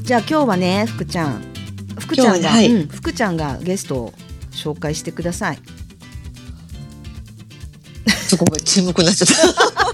じゃあ今日はね、福ちゃんが、 はい、 福ちゃんがゲストを紹介してください。 そこが沈黙になっちゃった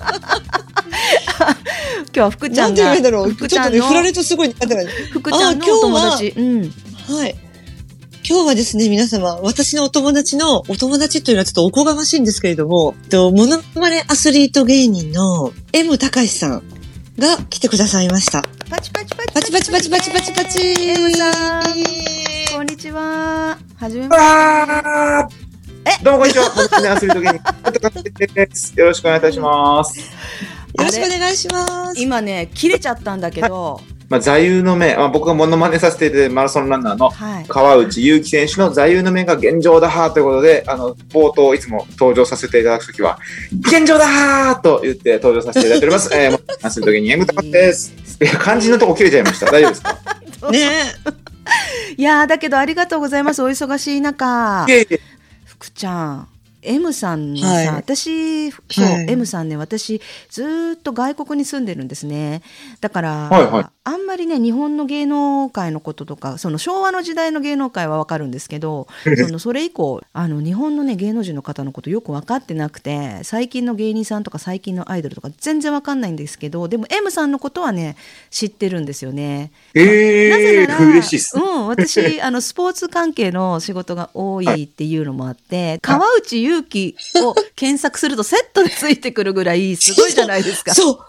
今日は福ちゃんが、 なんて言うんだろう、ちょっとね、振られるとすごい福ちゃんのお友達。 はい。今日はですね、皆様、私のお友達というのはちょっとおこがましいんですけれども、モノマネアスリート芸人の M 高橋さんが来てくださいました。 パチパチパチパチパチパチパチパチパチ。 M さん、こんにちは。はじめまして。 どうもこんにちは。モノマネアスリート芸人です。よろしくお願いいたします。 よろしくお願いします。 今ね、切れちゃったんだけど、 座右の銘、僕がモノマネさせていただいてマラソンランナーの川内優輝選手の座右の銘が現状だーということで、冒頭いつも登場させていただくときは、現状だーと言って登場させていただいております。モノマネアスリート芸人 M 高橋です。いや、肝心のとこ切れちゃいました。大丈夫ですか？ ねいやー、だけどありがとうございます。お忙しい中。 いえいえ。 福ちゃん。M さんにさ、 はい、 私、そう、はい、M さんね、私、ずっと外国に住んでるんですね。だから、 はいはい、 あんまりね、日本の芸能界のこととか、その昭和の時代の芸能界はわかるんですけど、それ以降、日本のね、芸能人の方のことよく分かってなくて、最近の芸人さんとか最近のアイドルとか全然わかんないんですけど、でも M さんのことはね、知ってるんですよね。なぜなら、 嬉しいっす。 私、スポーツ関係の仕事が多いっていうのもあって、川内優輝を検索するとセットでついてくるぐらいすごいじゃないですか。 そう。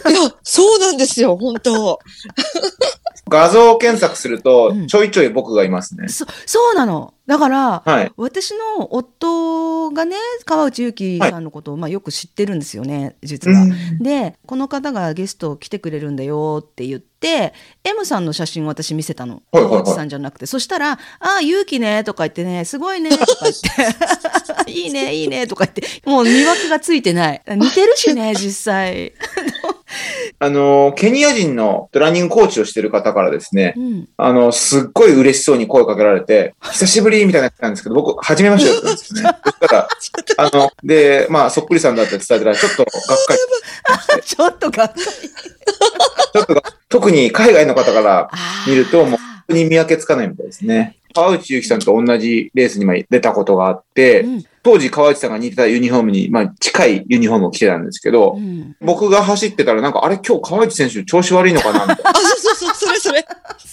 いや、そうなんですよ、本当。 画像検索すると、ちょいちょい僕がいますね。 そうなの。だから、 はい、 私の夫がね、川内優輝さんのことを、よく知ってるんですよね、実は。で、この方がゲスト来てくれるんだよって言って、M さんの写真を私見せたの。川内さんじゃなくて。そしたら、優輝ね、とか言ってね、すごいね、とか言って、いいね、いいね、とか言って、もう見分けがついてない。似てるしね、実際。 ケニア人のランニングコーチをしてる方からですね、すっごい嬉しそうに声をかけられて、久しぶりみたいなやつなんですけど、僕、初めましてだったんですよね。そしたら、で、そっくりさんだって伝えたら、ちょっとがっかり。 ちょっとがっかり。 ちょっと特に海外の方から見ると、もう本当に見分けつかないみたいですね。川内優輝さんと同じレースに出たことがあって、当時川内さんが似てたユニフォームに、近いユニフォームを着てたんですけど、僕が走ってたらあれ今日川内選手調子悪いのかなみたいな。 それ。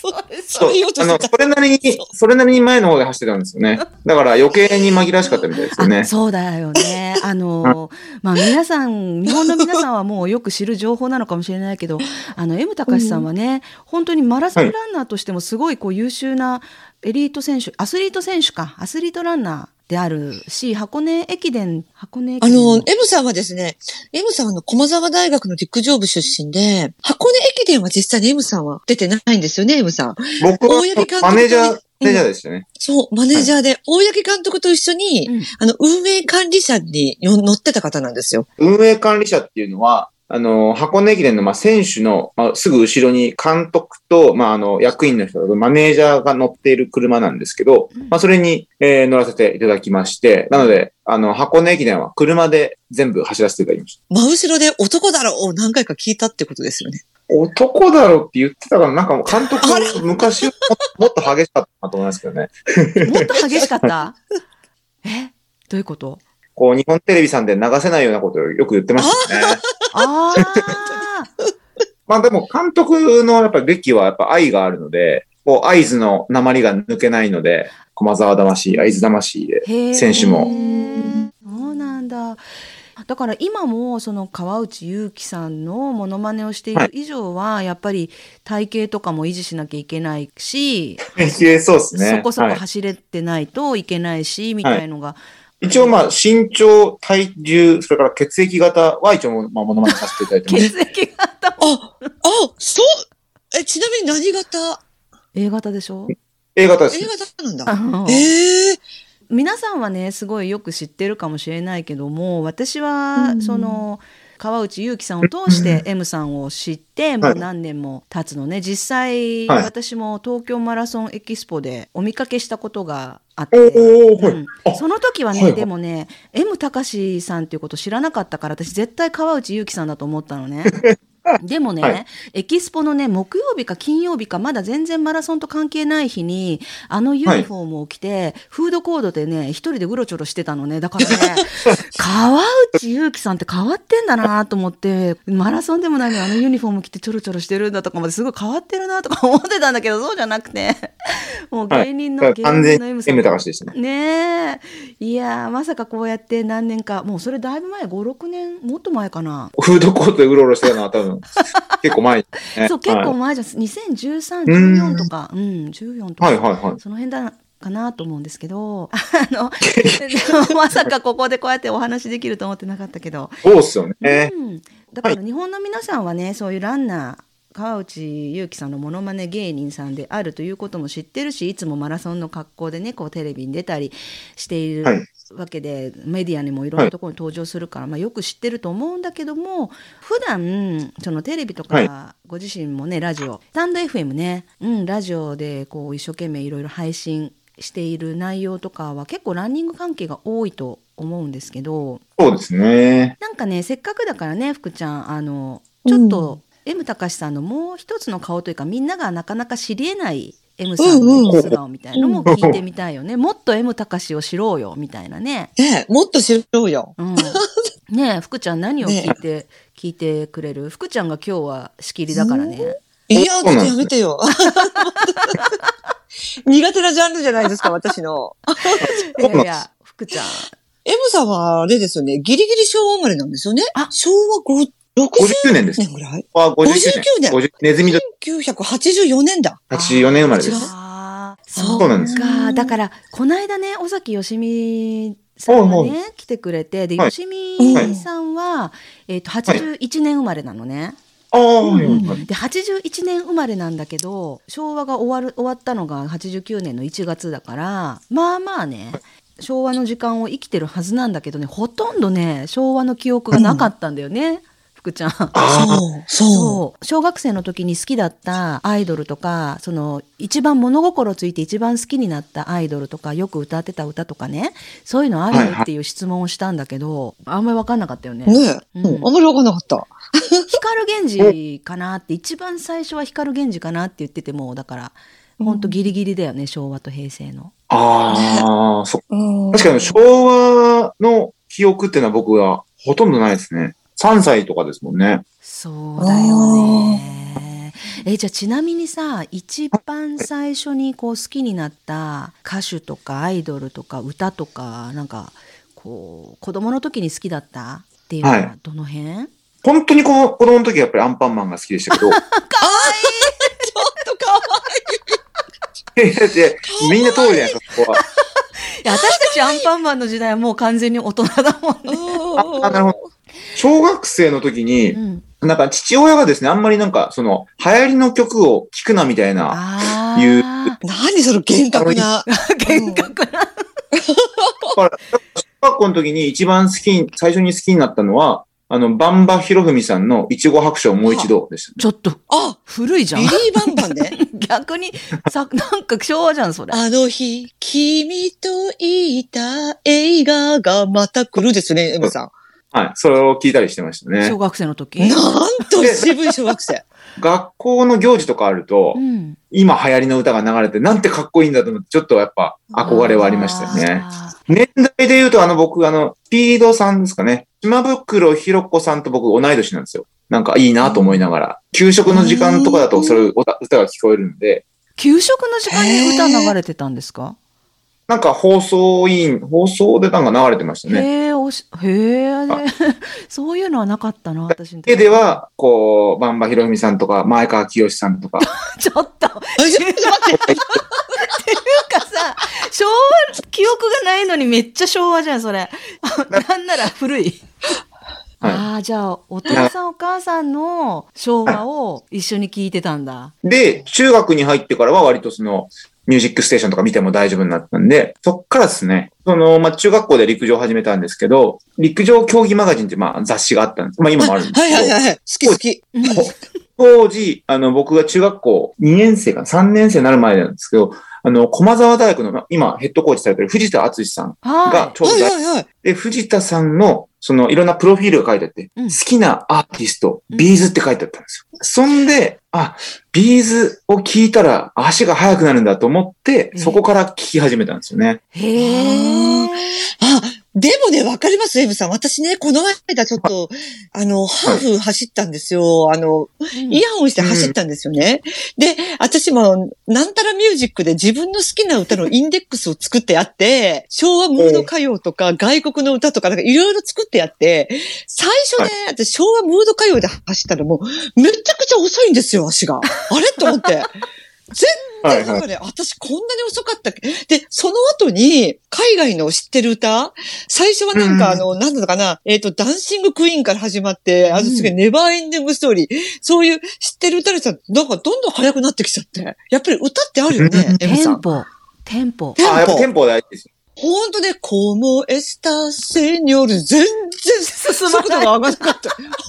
それなりに前の方で走ってたんですよね。だから余計に紛らわしかったみたいですよね。 そうだよね。皆さん、日本の皆さんはもうよく知る情報なのかもしれないけど、M 高橋さんはね、本当にマラソンランナーとしてもすごい優秀なエリート選手、アスリートランナーであるし、箱根駅伝。 M さんはですね、M さんは駒澤大学の陸上部出身で、箱根駅伝は実際に M さんは出てないんですよね、M さん。 僕はマネージャーでしたね。 そう、マネージャーで、大八木監督と一緒に、運営管理者に乗ってた方なんですよ。 運営管理者っていうのは、箱根駅伝の、選手の、すぐ後ろに監督と、役員の人、マネージャーが乗っている車なんですけど、それに、乗らせていただきまして、なので、箱根駅伝は車で全部走らせていただきました。 真後ろで男だろうを何回か聞いたってことですよね。 男だろうって言ってたから、監督、昔はもっと激しかったなと思いますけどね。 もっと激しかったどういうこと？ 日本テレビさんで流せないようなことをよく言ってましたね。でも監督のやっぱり歴はやっぱ愛があるので、会津の訛が抜けないので、駒沢魂、会津魂で、選手も。 そうなんだ。だから今もその川内優輝さんのモノマネをしている以上は、やっぱり体型とかも維持しなきゃいけないし、 そうですね。 そこそこ走れてないといけないし、みたいのが。 一応身長、体重、それから血液型は一応モノマネさせていただいてます。 血液型そう。ちなみに何型？ A 型でしょ？ A 型です。 A 型なんだ。 皆さんはね、すごいよく知ってるかもしれないけども、私は川内優輝さんを通して M さんを知って、もう何年も経つのね。実際、私も東京マラソンエキスポでお見かけしたことがあって、その時はね、でもね、M 高橋さんっていうこと知らなかったから、私絶対川内優輝さんだと思ったのね。 でもね、 はい、 エキスポのね、木曜日か金曜日か、まだ全然マラソンと関係ない日に、あのユニフォームを着て、フードコートでね、一人でうろちょろしてたのね。だからね、川内優輝さんって変わってんだなと思って、マラソンでもないのにあのユニフォーム着てちょろちょろしてるんだとかまですごい変わってるなとか思ってたんだけど、そうじゃなくて、もう芸人の、 完全に M さん。 M 高しでしたね。 ねえ。いやー、まさかこうやって何年か、もうそれだいぶ前、5、6年、もっと前かな。 フードコートでうろうろしてたのは多分、結構前、ね。 そう、結構前じゃん。2013、14とか、14とか、 はいはいはい。 その辺だかなと思うんですけど、まさかここでこうやってお話できると思ってなかったけど。 そうっすよね。 だから日本の皆さんはね、そういうランナー、川内優輝さんのモノマネ芸人さんであるということも知ってるし、いつもマラソンの格好でね、こうテレビに出たりしている、 はいわけで、メディアにもいろんなところに登場するから、よく知ってると思うんだけども、普段そのテレビとか、ご自身もね、ラジオ、スタンド FM ね、ラジオでこう一生懸命いろいろ配信している内容とかは結構ランニング関係が多いと思うんですけど、 そうですね。 なんかね、せっかくだからね、福ちゃん、ちょっと M 高さんのもう一つの顔というか、みんながなかなか知り得ない M さんの素顔みたいなのも聞いてみたいよね。もっと M 高を知ろうよみたいなね。 ねえ、もっと知ろうよ。 ねえ、福ちゃん何を聞いてくれる？福ちゃんが今日は仕切りだからね。 いや、ちょっとやめてよ。苦手なジャンルじゃないですか、私の。 いや、福ちゃん。 M さんはあれですよね、ギリギリ昭和生まれなんですよね。昭和 59年です。 年ぐらい 59年。ネズミ 1984年だ。 84年生まれです。 そうなんですか。だから、この間ね、尾崎よしみさんがね、来てくれて、で、よしみさんは、81年生まれなのね。で、81年生まれなんだけど、昭和が終わったのが89年の1月だから、まあまあね、昭和の時間を生きてるはずなんだけどね、ほとんどね、昭和の記憶がなかったんだよね。福ちゃん。そう。小学生の時に好きだったアイドルとか、その一番物心ついて一番好きになったアイドルとか、よく歌ってた歌とかね、そういうのあるっていう質問をしたんだけど、あんまり分かんなかったよね。 ねえ、あんまり分かんなかった。 光源氏かなって、一番最初は光源氏かなって言ってても、だから、ほんとギリギリだよね、昭和と平成の。 そう。確かに昭和の記憶っていうのは僕はほとんどないですね。3歳とかですもんね。 そうだよね。じゃあちなみにさ、一番最初にこう好きになった歌手とかアイドルとか歌とか、なんかこう子供の時に好きだったっていうのはどの辺？ 本当に子供の時はやっぱりアンパンマンが好きでしたけど。かわいいちょっとかわいいみんな通るじゃないですか、ここは。 私たちアンパンマンの時代はもう完全に大人だもんね。 なるほど。小学生の時に、なんか父親がですね、あんまりなんか、その、流行りの曲を聴くなみたいな、 何その厳格な。 厳格な。 小学校の時に最初に好きになったのは、バンバヒロフミさんのいちご白書をもう一度でした、ね。 ちょっと、古いじゃん。 ビリーバンバンね。 逆に、なんか昭和じゃん、それ。 あの日、君といた映画がまた来るですね、M さん。 はい。それを聞いたりしてましたね。 小学生の時。 なんと渋い小学生。 学校の行事とかあると、今流行りの歌が流れて、なんてかっこいいんだと思って、ちょっとやっぱ憧れはありましたよね。年代で言うと、僕、ピードさんですかね。島袋ひろ子さんと僕同い年なんですよ。なんかいいなと思いながら。給食の時間とかだと、それ歌が聞こえるんで。 給食の時間に歌流れてたんですか？ なんか放送でなんか流れてましたね。 そういうのはなかったな、私の時。では、こう、バンバヒロミさんとか、前川清さんとか。 ちょっとっていうかさ、昭和、記憶がないのにめっちゃ昭和じゃん、それ。なんなら古い。じゃあ、お父さんお母さんの昭和を一緒に聞いてたんだ。 で、中学に入ってからは割とミュージックステーションとか見ても大丈夫になったんで、そっからですね、中学校で陸上を始めたんですけど、陸上競技マガジンって雑誌があったんです。今もあるんですけど。 はい。好き。 当時、僕が中学校2年生か3年生になる前なんですけど、駒沢大学の今ヘッドコーチされてる藤田敦さんがちょうどで、藤田さんのいろんなプロフィールが書いてあって、好きなアーティスト、ビーズって書いてあったんですよ。そんで、ビーズを聞いたら足が速くなるんだと思って、そこから聞き始めたんですよね。 へー。でもね、わかります、エブさん。私ね、この間ちょっと、ハーフ走ったんですよ。イヤホンして走ったんですよね。で、私も、なんたらミュージックで自分の好きな歌のインデックスを作ってあって、昭和ムード歌謡とか、外国の歌とか、なんかいろいろ作ってあって、最初ね、私昭和ムード歌謡で走ったらもう、めちゃくちゃ遅いんですよ、足が。あれと思って。全然なんかね、私こんなに遅かったっけで、その後に、海外の知ってる歌最初はなんかなんだったかなダンシングクイーンから始まって、すげえネバーエンディングストーリー。そういう知ってる歌でさ、なんかどんどん速くなってきちゃって。やっぱり歌ってあるよね、 テンポ。テンポやっぱテンポ大事ですよ。 ほんとね、コモエスタセニョル、全然進まない。速度が上がらなかった。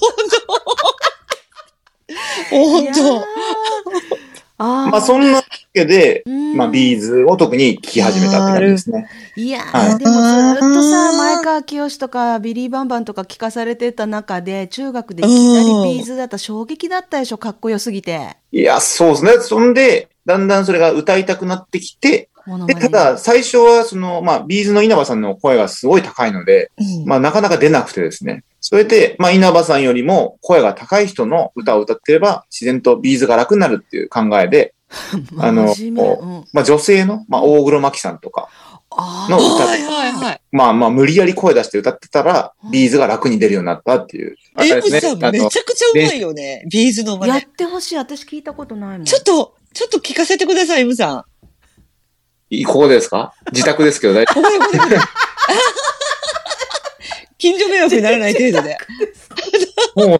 ほんと。 そんなわけで、ビーズを特に聴き始めたって感じですね。 いやー、でもずっとさ、前川清とかビリー・バンバンとか聞かされてた中で、中学でいきなりビーズだった衝撃だったでしょ、かっこよすぎて。 いや、そうですね。そんで、だんだんそれが歌いたくなってきて、で、ただ、最初は、ビーズの稲葉さんの声がすごい高いので、なかなか出なくてですね。それで、稲葉さんよりも声が高い人の歌を歌ってれば、自然とビーズが楽になるっていう考えで、女性の、大黒摩季さんとかの歌で、無理やり声出して歌ってたら、ビーズが楽に出るようになったっていう。 エブさんめちゃくちゃうまいよね、ビーズの真似。 やってほしい、私聞いたことないもん。 ちょっと聞かせてください、エブさん。 ここですか？自宅ですけど大丈夫。 近所迷惑にならない程度で。 もう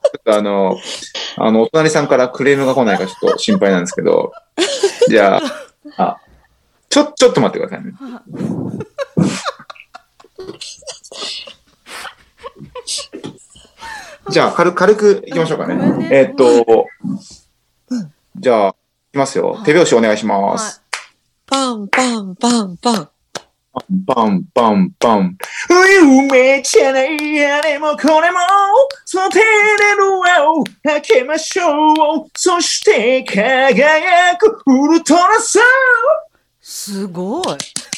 お隣さんからクレームが来ないかちょっと心配なんですけど、じゃあ、ちょっと待ってくださいね。じゃあ、軽くいきましょうかね。じゃあ、いきますよ。手拍子お願いします。 パンパンパンパン。 パンパンパン。夢じゃないあれもこれも、その手でルアをかけましょう。そして輝くウルトラサウンド。 すごい。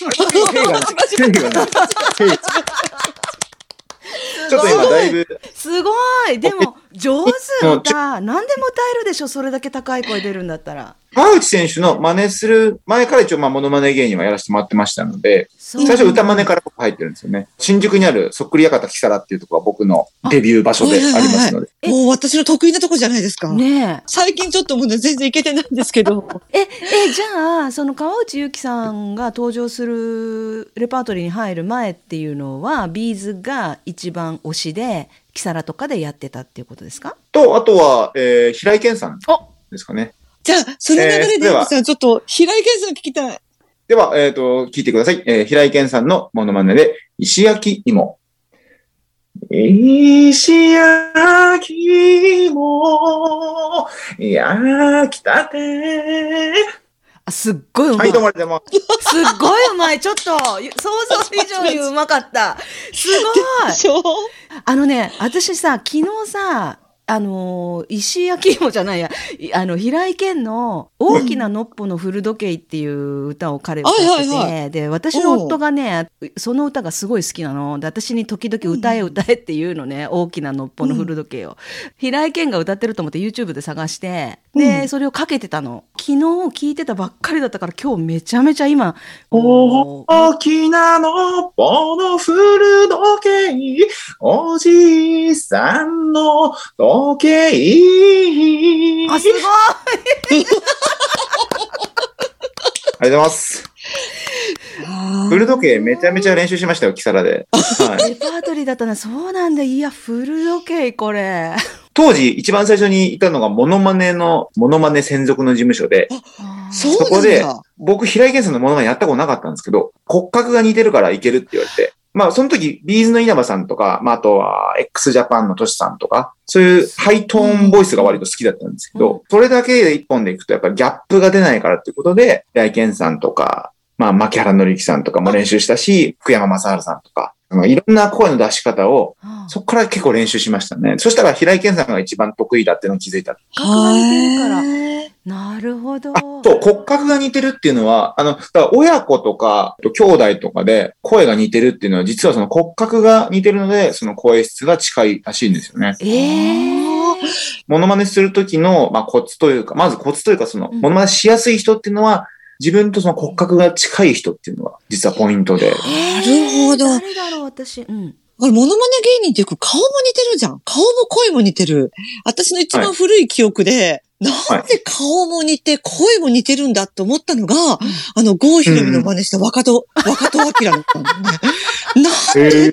ちょっと今だいぶ。 すごい。でも、上手歌。何でも歌えるでしょ。それだけ高い声出るんだったら。 川内選手の真似する前から一応モノマネ芸人はやらせてもらってましたので、最初歌真似から入ってるんですよね。新宿にあるそっくり館キサラっていうところは僕のデビュー場所でありますので。 もう私の得意なとこじゃないですか。 ねえ。 最近ちょっともう全然いけてないんですけど。 じゃあ、その川内優輝さんが登場するレパートリーに入る前っていうのは、ビーズが一番推しで、キサラとかでやってたっていうことですか？ あとは、平井堅さんですかね。 じゃあ、その流れで、さん、ちょっと、平井堅さん聞きたい。 では、聞いてください。平井堅さんのモノマネで、石焼き芋。石焼き芋、焼きたて。 すっごいうまい。 はい、どうもありがとうございます。すっごいうまい。ちょっと、想像以上にうまかった。すごい。私さ、昨日さ、石焼き芋じゃないや、平井堅の大きなのっぽの古時計っていう歌を彼は歌ってて、で、私の夫がね、その歌がすごい好きなの。で、私に時々歌えっていうのね、大きなのっぽの古時計を。平井堅が歌ってると思って YouTube で探して、で、それをかけてたの。昨日聞いてたばっかりだったから今日めちゃめちゃ今。 大きなのっぽの古時計、おじさんの時計。 すごいありがとうございます。古時計めちゃめちゃ練習しましたよ、キサラで。 レパートリーだったね。そうなんだ。いや、古時計これ。 当時一番最初にいたのがモノマネ専属の事務所で、そこで僕平井堅さんのモノマネやったことなかったんですけど、骨格が似てるからいけるって言われて、その時ビーズの稲葉さんとか、あとは x ジャパンのトシさんとか、そういうハイトーンボイスが割と好きだったんですけど、それだけで一本でいくとやっぱりギャップが出ないからっていうことで、平井堅さんとか、 牧原紀之さんとかも練習したし、福山雅治さんとか、いろんな声の出し方を、そこから結構練習しましたね。そしたら平井堅さんが一番得意だっていうのに気づいた。 骨格が似てるから。なるほど。 そう、骨格が似てるっていうのは、だから親子とか、兄弟とかで声が似てるっていうのは、実はその骨格が似てるので、その声質が近いらしいんですよね。モノマネするときの、コツというか、まずコツというか、その、モノマネしやすい人っていうのは、自分とその骨格が近い人っていうのは、実はポイントで。 なるほど。 誰だろう、私。 これ、モノマネ芸人ってよく顔も似てるじゃん。顔も声も似てる。私の一番古い記憶で、なんで顔も似て、声も似てるんだって思ったのが、郷ひろみの真似した若戸明だったんだね。なんでって、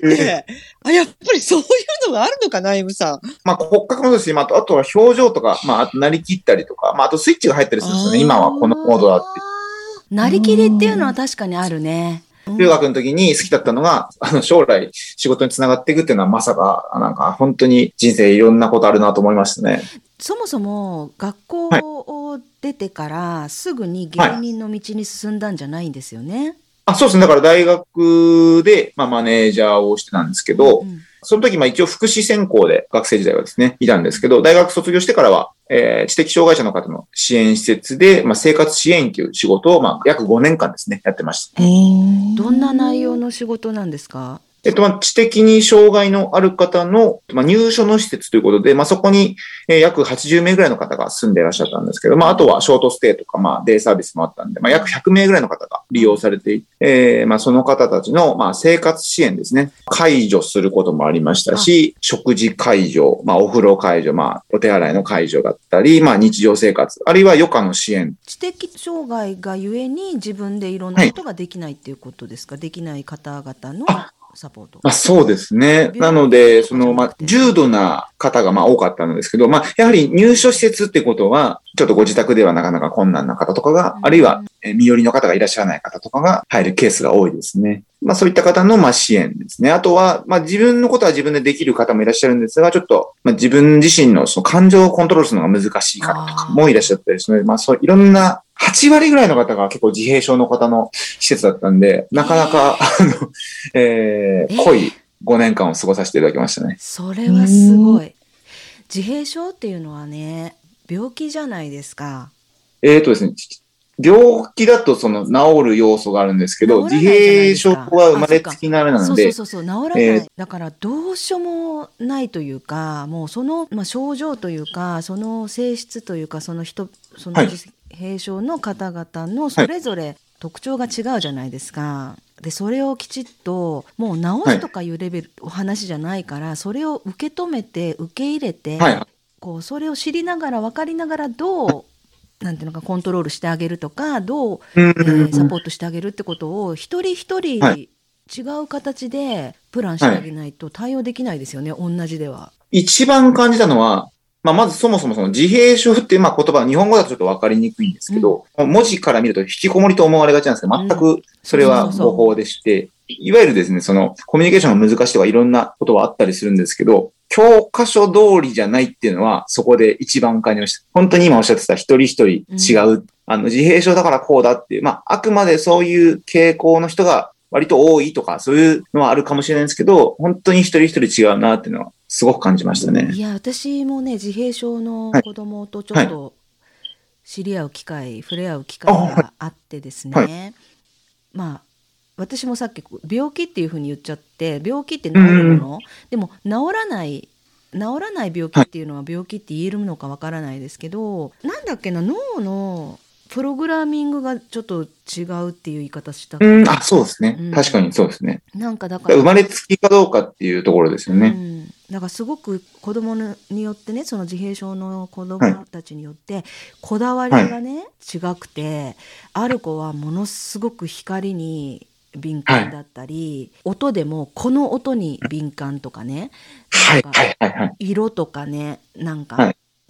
やっぱりそういうのがあるのかな、Mさん。 骨格もですし、あとは表情とか、あとなりきったりとか、あとスイッチが入ったりするんですよね。今はこのモードだって。 なりきりっていうのは確かにあるね。 中学の時に好きだったのが、将来仕事につながっていくっていうのはまさか、なんか本当に人生いろんなことあるなと思いましたね。 そもそも学校を出てからすぐに芸人の道に進んだんじゃないんですよね。 そうですね。だから大学で、マネージャーをしてたんですけど、その時、一応福祉専攻で学生時代はですね、いたんですけど、大学卒業してからは、知的障害者の方の支援施設で、生活支援という仕事を、約5年間ですね、やってました。 どんな内容の仕事なんですか？ 知的に障害のある方の、入所の施設ということで、そこに、約80名ぐらいの方が住んでいらっしゃったんですけど、あとはショートステイとか、デイサービスもあったんで、約100名ぐらいの方が利用されていて、その方たちの、生活支援ですね。介助することもありましたし、食事介助、お風呂介助、お手洗いの介助だったり、日常生活、あるいは余暇の支援。 知的障害がゆえに自分でいろんなことができないっていうことですか？できない方々のサポート。 そうですね。なので、重度な方が多かったんですけど、やはり入所施設ってことは、ちょっとご自宅ではなかなか困難な方とかが、あるいは身寄りの方がいらっしゃらない方とかが入るケースが多いですね。そういった方の支援ですね。あとは、自分のことは自分でできる方もいらっしゃるんですが、ちょっと、自分自身のその感情をコントロールするのが難しい方とかもいらっしゃったりですね。そういろんな8割ぐらいの方が結構自閉症の方の施設だったんで、なかなか、濃い5年間を過ごさせていただきましたね。 それはすごい。自閉症っていうのはね、病気じゃないですか。 ですね、病気だとその治る要素があるんですけど、自閉症は生まれつきなれなので。 そう、治らない。だからどうしようもないというか、もうその、症状というか、その性質というか、その自閉症の方々のそれぞれ特徴が違うじゃないですか。で、それをきちっと、もう治すとかいうレベル、お話じゃないから、それを受け止めて、受け入れて、それを知りながら、分かりながら、どう、なんていうのか、コントロールしてあげるとか、どう、サポートしてあげるってことを、一人一人違う形でプランしてあげないと対応できないですよね、同じでは。 一番感じたのは、まずそもそもその自閉症っていう言葉、日本語だとちょっと分かりにくいんですけど、文字から見ると引きこもりと思われがちなんですけど、全くそれは誤報でして、いわゆるですね、そのコミュニケーションが難しいとかいろんなことはあったりするんですけど、教科書通りじゃないっていうのはそこで一番感じました。本当に今おっしゃってた一人一人違う。自閉症だからこうだっていう、あくまでそういう傾向の人が割と多いとか、そういうのはあるかもしれないんですけど、本当に一人一人違うなっていうのはすごく感じましたね。 いや、私もね、自閉症の子供とちょっと知り合う機会、触れ合う機会があってですね。私もさっき病気っていうふうに言っちゃって、病気って治るもの、でも治らない病気っていうのは病気って言えるのかわからないですけど、なんだっけな、脳のプログラミングがちょっと違うっていう言い方したかな。 そうですね。確かにそうですね。 なんかだから生まれつきかどうかっていうところですよね。 だからすごく子供によってね、その自閉症の子供たちによってこだわりがね、違くて、ある子はものすごく光に敏感だったり、音でもこの音に敏感とかね、色とかね、なんか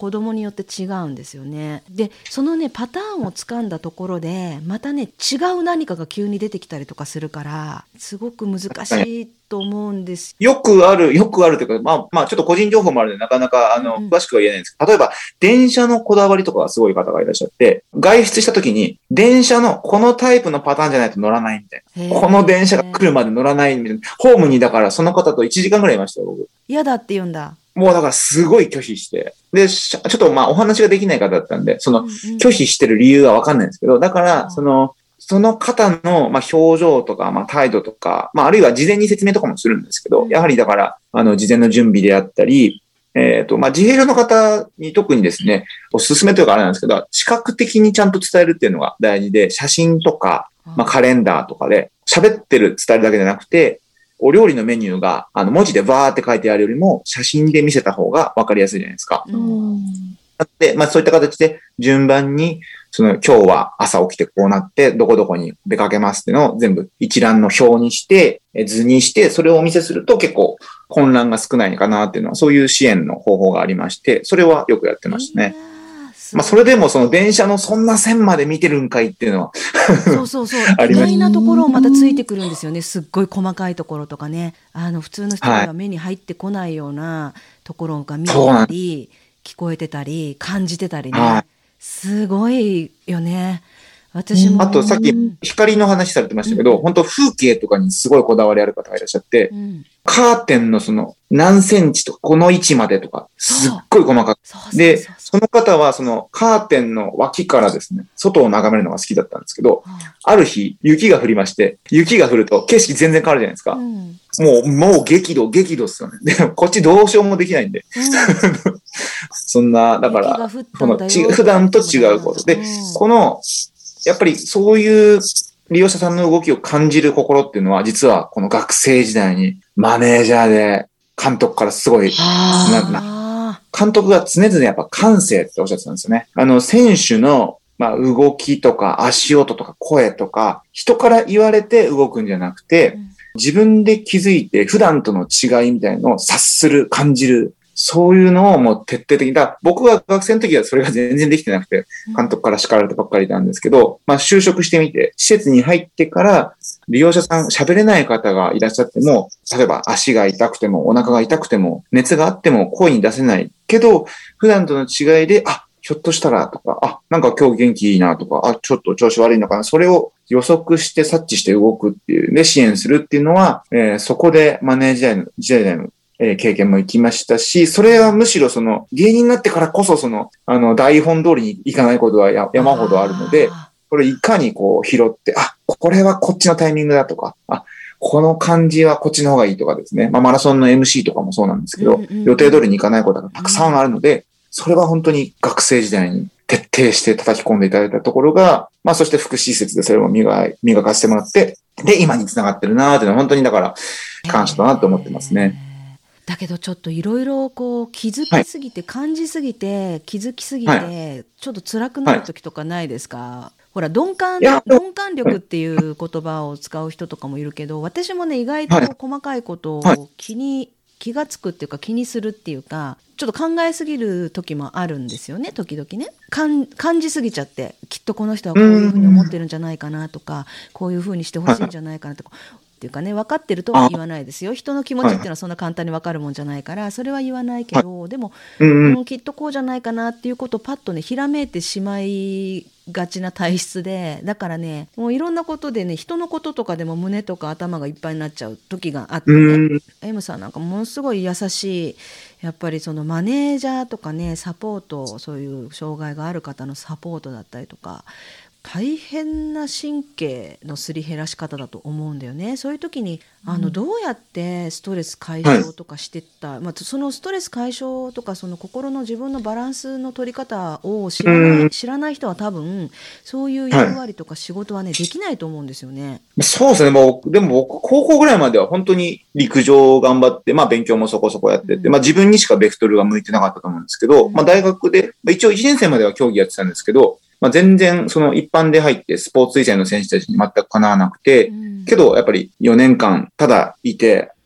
子供によって違うんですよね。でそのねパターンをつかんだところでまたね違う何かが急に出てきたりとかするからすごく難しいと思うんです。 よくあるというか、まあちょっと個人情報もあるので、なかなか、詳しくは言えないんですけど、例えば、電車のこだわりとかがすごい方がいらっしゃって、外出した時に、電車のこのタイプのパターンじゃないと乗らないみたいな。この電車が来るまで乗らないみたいな。ホームにだからその方と1時間ぐらいいましたよ、僕。 嫌だって言うんだ。 もうだからすごい拒否して。で、ちょっとまあお話ができない方だったんで、その拒否してる理由はわかんないんですけど、だから、その方の、まあ、表情とか、まあ、態度とか、まあ、あるいは事前に説明とかもするんですけど、やはりだから、事前の準備であったり、まあ、自閉症の方に特にですね、おすすめというかあれなんですけど、視覚的にちゃんと伝えるっていうのが大事で、写真とか、まあ、カレンダーとかで喋ってる伝えるだけじゃなくて、お料理のメニューが、文字でバーって書いてあるよりも、写真で見せた方がわかりやすいじゃないですか。で、まあ、そういった形で順番に、今日は朝起きてこうなって、どこどこに出かけますっていうのを全部一覧の表にして、図にして、それをお見せすると結構混乱が少ないかなっていうのは、そういう支援の方法がありまして、それはよくやってましたね。まあ、それでもその電車のそんな線まで見てるんかいっていうのはそう意外なところをまたついてくるんですよね。すっごい細かいところとかね、普通の人が目に入ってこないようなところが見えたり、聞こえてたり感じてたりね、すごいよね。私もあとさっき光の話されてましたけど、本当風景とかにすごいこだわりある方がいらっしゃって、カーテンの何センチとかこの位置までとかすっごい細かくで、その方はカーテンの脇からですね、外を眺めるのが好きだったんですけど、ある日雪が降りまして、雪が降ると景色全然変わるじゃないですか。もう激怒っすよね。でもこっちどうしようもできないんで。そんな、だから、普段と違うことで、やっぱりそういう利用者さんの動きを感じる心っていうのは、実はこの学生時代にマネージャーで監督からすごい、監督が常々やっぱ感性っておっしゃってたんですよね。選手の動きとか足音とか声とか、人から言われて動くんじゃなくて、自分で気づいて普段との違いみたいなのを察する、感じる。そういうのをもう徹底的に。僕が学生の時はそれが全然できてなくて、監督から叱られてばっかりなんですけど、まあ就職してみて、施設に入ってから利用者さん、喋れない方がいらっしゃっても、例えば足が痛くても、お腹が痛くても、熱があっても声に出せないけど、普段との違いで、ひょっとしたらとか、なんか今日元気いいなとか、ちょっと調子悪いのかな。それを予測して察知して動くっていう、で支援するっていうのは、そこでマネージャー時代の経験も行きましたし、それはむしろ芸人になってからこそ台本通りにいかないことは山ほどあるので、これいかに拾って、これはこっちのタイミングだとか、この感じはこっちの方がいいとかですね。まあマラソンの MC とかもそうなんですけど、予定通りにいかないことがたくさんあるので、それは本当に学生時代に徹底して叩き込んでいただいたところが、まあそして福祉施設でそれを磨かせてもらって、で、今に繋がってるなーっていうのは本当にだから感謝だなと思ってますね。 だけどちょっといろいろ気づきすぎて、感じすぎて、気づきすぎて、ちょっと辛くなる時とかないですか？ほら、鈍感力っていう言葉を使う人とかもいるけど、私もね、意外と細かいことを気がつくっていうか気にするっていうか、ちょっと考えすぎる時もあるんですよね、時々ね。感じすぎちゃって、きっとこの人はこういうふうに思ってるんじゃないかなとか、こういうふうにしてほしいんじゃないかなとか。っていうかね、分かってるとは言わないですよ。人の気持ちっていうのはそんな簡単に分かるもんじゃないから、それは言わないけど、でも、きっとこうじゃないかなっていうことをパッとね、ひらめいてしまいがちな体質で、だからね、もういろんなことでね、人のこととかでも胸とか頭がいっぱいになっちゃう時があってね、M さんなんかものすごい優しい、やっぱりマネージャーとかね、サポート、そういう障害がある方のサポートだったりとか、大変な神経のすり減らし方だと思うんだよね。そういう時にどうやってストレス解消とかしてった、そのストレス解消とか心の自分のバランスの取り方を知らない人は多分そういう役割とか仕事はね、できないと思うんですよね。 そうですね。でも僕高校ぐらいまでは本当に陸上頑張って、勉強もそこそこやってて、自分にしかベクトルが向いてなかったと思うんですけど、大学で、一応1年生までは競技やってたんですけど、全然一般で入ってスポーツ以前の選手たちに全くかなわなくて、けどやっぱり4年間ただいて、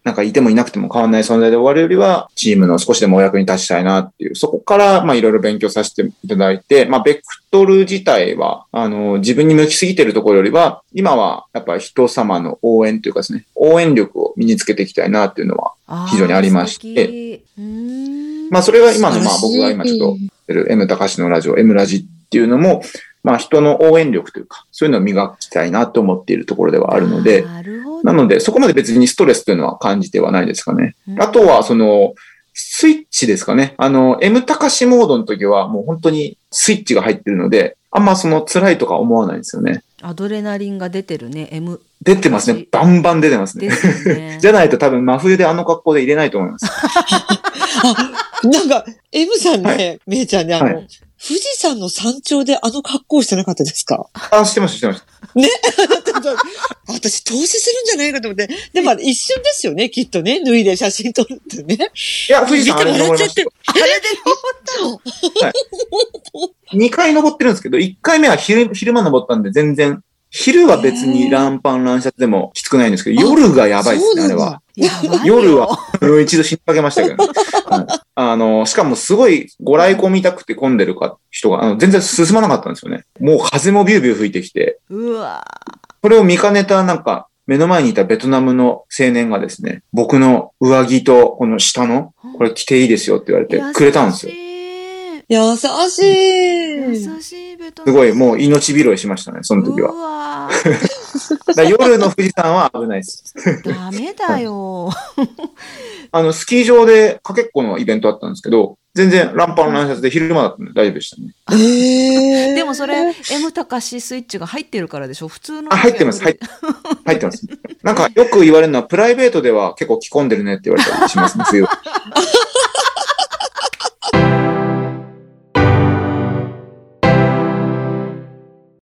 なんかいてもいなくても変わんない存在で終わるよりは、チームの少しでもお役に立ちたいなっていう、そこから、いろいろ勉強させていただいて、ベクトル自体は、自分に向きすぎてるところよりは、今はやっぱり人様の応援というかですね、応援力を身につけていきたいなっていうのは非常にありまして、それが今の僕が今ちょっとやってる M 高橋のラジオ、M ラジっていうのも、人の応援力というか、そういうのを磨きたいなと思っているところではあるので、なので、そこまで別にストレスというのは感じてはないですかね。あとは、スイッチですかね。M 高しモードの時はもう本当にスイッチが入ってるので、あんま辛いとか思わないんですよね。 アドレナリンが出てるね、M。 出てますね。バンバン出てますね。ねじゃないと多分真冬であの格好で入れないと思います。 なんか、M さんね、めいちゃんね、富士山の山頂であの格好してなかったですか？ してました。 ね私、投資するんじゃないかと思って。でも、一瞬ですよね、きっとね。脱いで写真撮るってね。 いや、富士山あれ登りましたよ。 あれで登ったの2回登ってるんですけど、1回目は昼間登ったんで全然、昼は別にランパンランシャツでもきつくないんですけど、夜がやばいですね、あれは。夜は一度死にかけましたけどね。しかもすごいご来光見たくて混んでる人が、全然進まなかったんですよね。もう風もビュービュー吹いてきて。それを見かねた目の前にいたベトナムの青年がですね、僕の上着とこの下の、これ着ていいですよって言われてくれたんですよ。 優しいベトナム。 すごいもう命拾いしましたね、その時は。夜の富士山は危ないです。 ダメだよ。 スキー場でかけっこのイベントあったんですけど、全然ランパンランシャツで昼間だったんで大丈夫でしたね。 でもそれ、M 高しスイッチが入ってるからでしょ？普通の。 入ってます。入ってます。なんかよく言われるのは、プライベートでは結構着込んでるねって言われたりしますね、冬。